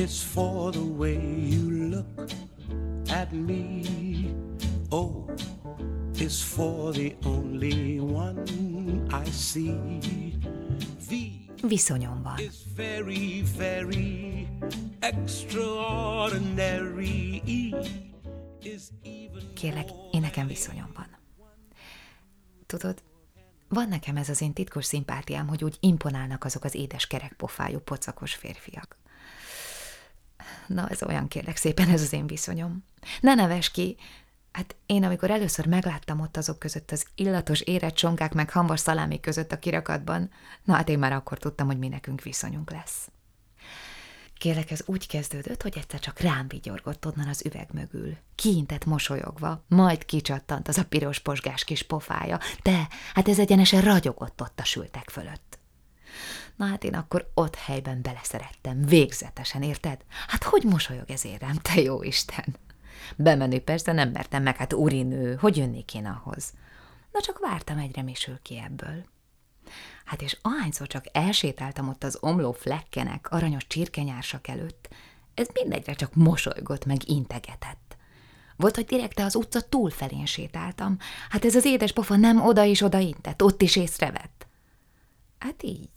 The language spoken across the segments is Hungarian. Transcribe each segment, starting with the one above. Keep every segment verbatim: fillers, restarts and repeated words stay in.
It's for the way you look at me. Oh, it's for the only one I see. Viszonyom van. It's very, very extraordinary. Kérlek, én nekem viszonyom van. Tudod, van nekem ez az én titkos szimpátiám, hogy úgy imponálnak azok az édes kerekpofájú pocakos férfiak. Na, ez olyan, kérlek szépen, ez az én viszonyom. Ne nevess ki! Hát én, amikor először megláttam ott azok között az illatos érett csonkák meg hamvas szalámi között a kirakatban, na hát én már akkor tudtam, hogy mi nekünk viszonyunk lesz. Kérlek, ez úgy kezdődött, hogy egyszer csak rám vigyorgott onnan az üveg mögül. Kiintett mosolyogva, majd kicsattant az a piros posgás kis pofája, de hát ez egyenesen ragyogott ott a sültek fölött. Na hát én akkor ott helyben beleszerettem, végzetesen, érted? Hát hogy mosolyog ezért rám, te jó Isten? Bemenni persze nem mertem meg, hát úrinő, hogy jönnék én ahhoz? Na csak vártam, egyre misül ki ebből. Hát és ahányszor csak elsétáltam ott az omló flekkenek, aranyos csirkenyársak előtt, ez mindegyre csak mosolygott meg integetett. Volt, hogy direkte az utca túlfelén sétáltam, hát ez az édes pofa nem oda is oda intett, ott is észrevett. Hát így.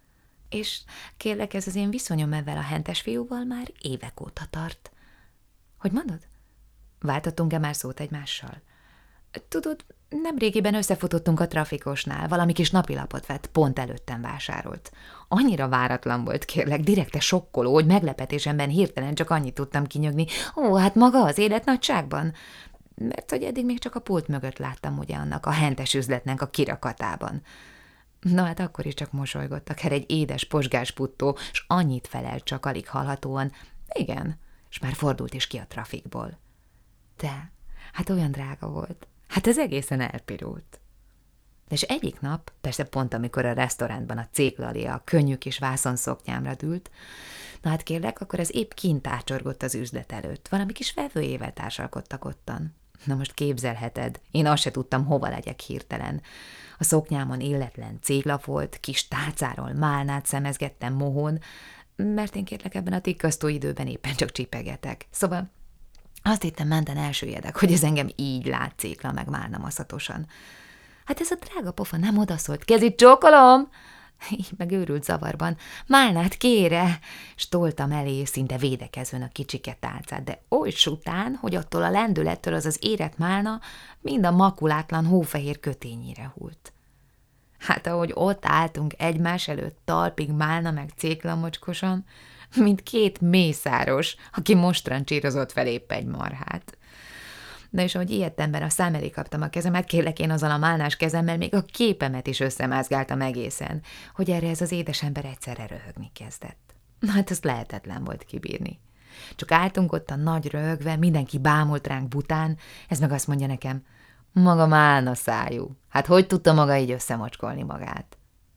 És kérlek, ez az én viszonyom ezzel a hentes fiúval már évek óta tart. Hogy mondod? Váltottunk-e már szót egymással? Tudod, nemrégiben összefutottunk a trafikosnál, valami kis napilapot vett, pont előttem vásárolt. Annyira váratlan volt, kérlek, direkte sokkoló, hogy meglepetésemben hirtelen csak annyit tudtam kinyögni. Ó, hát maga az élet nagyságban. Mert hogy eddig még csak a pult mögött láttam ugye annak a hentes üzletnek a kirakatában. Na hát akkor is csak mosolygott, akár egy édes posgás puttó, s annyit felel csak alig hallhatóan. Igen, és már fordult is ki a trafikból. De, hát olyan drága volt. Hát ez egészen elpirult. És egyik nap, persze pont amikor a restaurantban a céklalia a könnyű kis vászonszoknyámra dült, na hát kérlek, akkor ez épp kint ácsorgott az üzlet előtt, valami kis vevőjével társalkodtak ottan. Na most képzelheted, én azt se tudtam, hova legyek hirtelen. A szoknyámon illetlen cégla volt, kis tálcáról málnát szemezgettem mohón, mert én kérlek ebben a tikkasztó időben éppen csak csipegetek. Szóval azt hittem, menten elsüllyedek, hogy ez engem így lát cékla meg málna maszatosan. Hát ez a drága pofa nem odaszólt, kezit csókolom! Így meg őrült zavarban. Málnát kére! S toltam elé szinte védekezőn a kicsike tálcát, de oly sután, hogy attól a lendülettől az az érett málna mind a makulátlan hófehér kötényére hult. Hát ahogy ott álltunk egymás előtt talpig málna meg céklamocskosan, mint két mészáros, aki mostrancsírozott fel épp egy marhát. Na és ahogy ilyettemben a szám elé kaptam a kezemet, kérlek én azzal a málnás kezemmel még a képemet is összemázgáltam egészen, hogy erre ez az édesember egyszerre röhögni kezdett. Na hát ezt lehetetlen volt kibírni. Csak álltunk ott a nagy röhögve, mindenki bámult ránk bután, ez meg azt mondja nekem, maga málna szájú, hát hogy tudta maga így összemocskolni magát?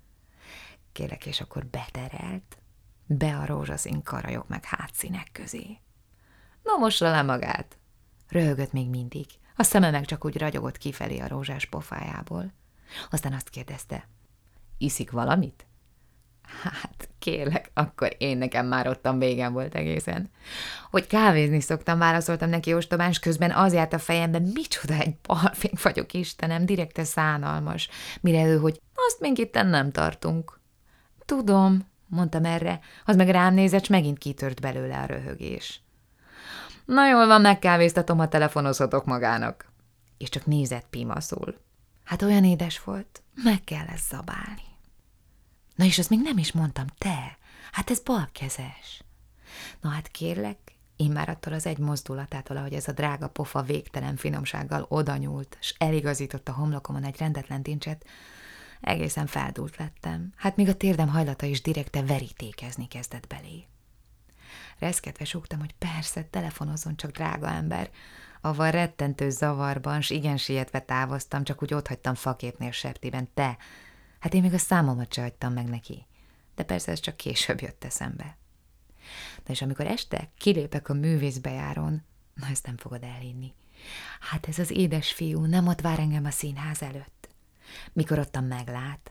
Kérlek, és akkor beterelt, be a rózsaszín karajok meg hátszínek közé. Na mossa le magát! Röhögött még mindig, a szeme meg csak úgy ragyogott kifelé a rózsás pofájából. Aztán azt kérdezte, iszik valamit? Hát kérlek, akkor én nekem már ottan végem volt egészen. Hogy kávézni szoktam, válaszoltam neki ostobán, s közben az járt a fejemben, micsoda egy balfénk vagyok, Istenem, direkte szánalmas. Mire ő, hogy azt még itten nem tartunk. Tudom, mondtam erre, az meg rám nézett, s megint kitört belőle a röhögés. Na jól van, megkávéztatom, ha telefonozhatok magának. És csak nézett pimaszul. Hát olyan édes volt, meg kell ezt zabálni. Na és azt még nem is mondtam, te, hát ez balkezes. Na hát kérlek, én már attól az egy mozdulatától, ahogy ez a drága pofa végtelen finomsággal odanyúlt, s eligazított a homlokomon egy rendetlen tincset, egészen feldúlt lettem. Hát még a térdem hajlata is direkte verítékezni kezdett belé. Reszketve súgtam, hogy persze, telefonozzon csak, drága ember. Aval rettentő zavarban, s igen sietve távoztam, csak úgy otthagytam faképnél septiben. Te, hát én még a számomat se hagytam meg neki. De persze ez csak később jött eszembe. De és amikor este kilépek a művészbejárón, na ezt nem fogod elhinni. Hát ez az édes fiú nem ott vár engem a színház előtt. Mikor ottan meglát,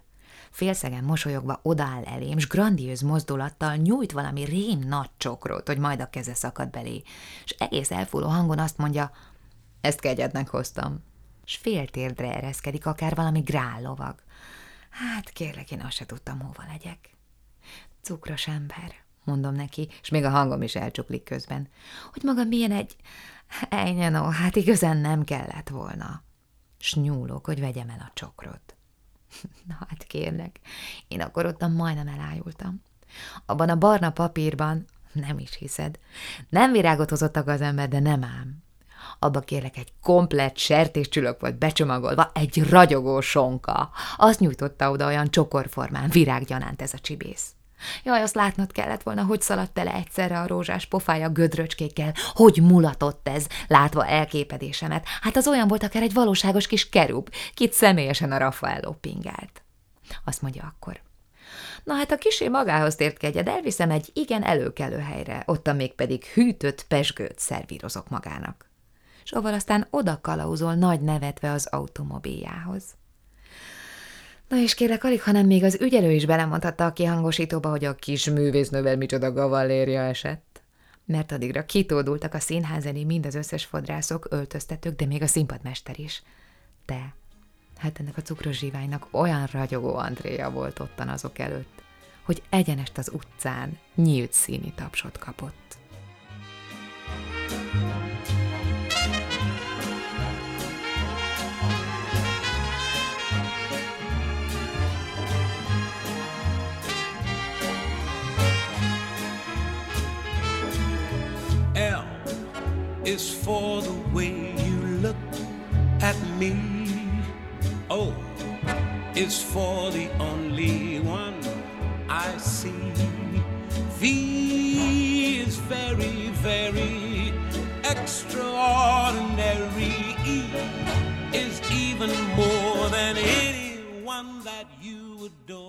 Félszegen mosolyogva odaáll elém, s grandióz mozdulattal nyújt valami rém nagy csokrot, hogy majd a keze szakad belé, s egész elfúló hangon azt mondja, ezt kegyednek hoztam, s féltérdre ereszkedik, akár valami grállovag. Hát kérlek, én azt se tudtam, hova legyek. Cukros ember, mondom neki, és még a hangom is elcsuklik közben, hogy maga milyen egy... Ejnye, no, hát igazán nem kellett volna. S nyúlok, hogy vegyem el a csokrot. Na hát kérlek, én akkor ottan majdnem elájultam. Abban a barna papírban, nem is hiszed, nem virágot hozottak az ember, de nem ám. Abba kérlek egy komplett sertéscsülök volt becsomagolva, egy ragyogó sonka. Azt nyújtotta oda olyan csokorformán, virággyanánt ez a csibész. Jaj, azt látnod kellett volna, hogy szaladt tele egyszerre a rózsás pofája gödröcskékkel, hogy mulatott ez, látva elképedésemet. Hát az olyan volt akár egy valóságos kis kerub, kit személyesen a Raffaello pingált. Azt mondja akkor. Na hát a kisé magához tért kegyed, elviszem egy igen előkelő helyre, ottan még pedig hűtött pezsgőt szervírozok magának. S avval aztán oda kalauzol nagy nevetve az automobiljához. Na és kérlek, alig, hanem még az ügyelő is belemondhatta a kihangosítóba, hogy a kis művésznővel micsoda gavalléria esett. Mert addigra kitódultak a színház elé mind az összes fodrászok, öltöztetők, de még a színpadmester is. De hát ennek a cukros zsiványnak olyan ragyogó Andréja volt ottan azok előtt, hogy egyenest az utcán nyílt színi tapsot kapott. L is for the way you look at me. O is for the only one I see. V is very, very extraordinary. E is even more than anyone that you adore.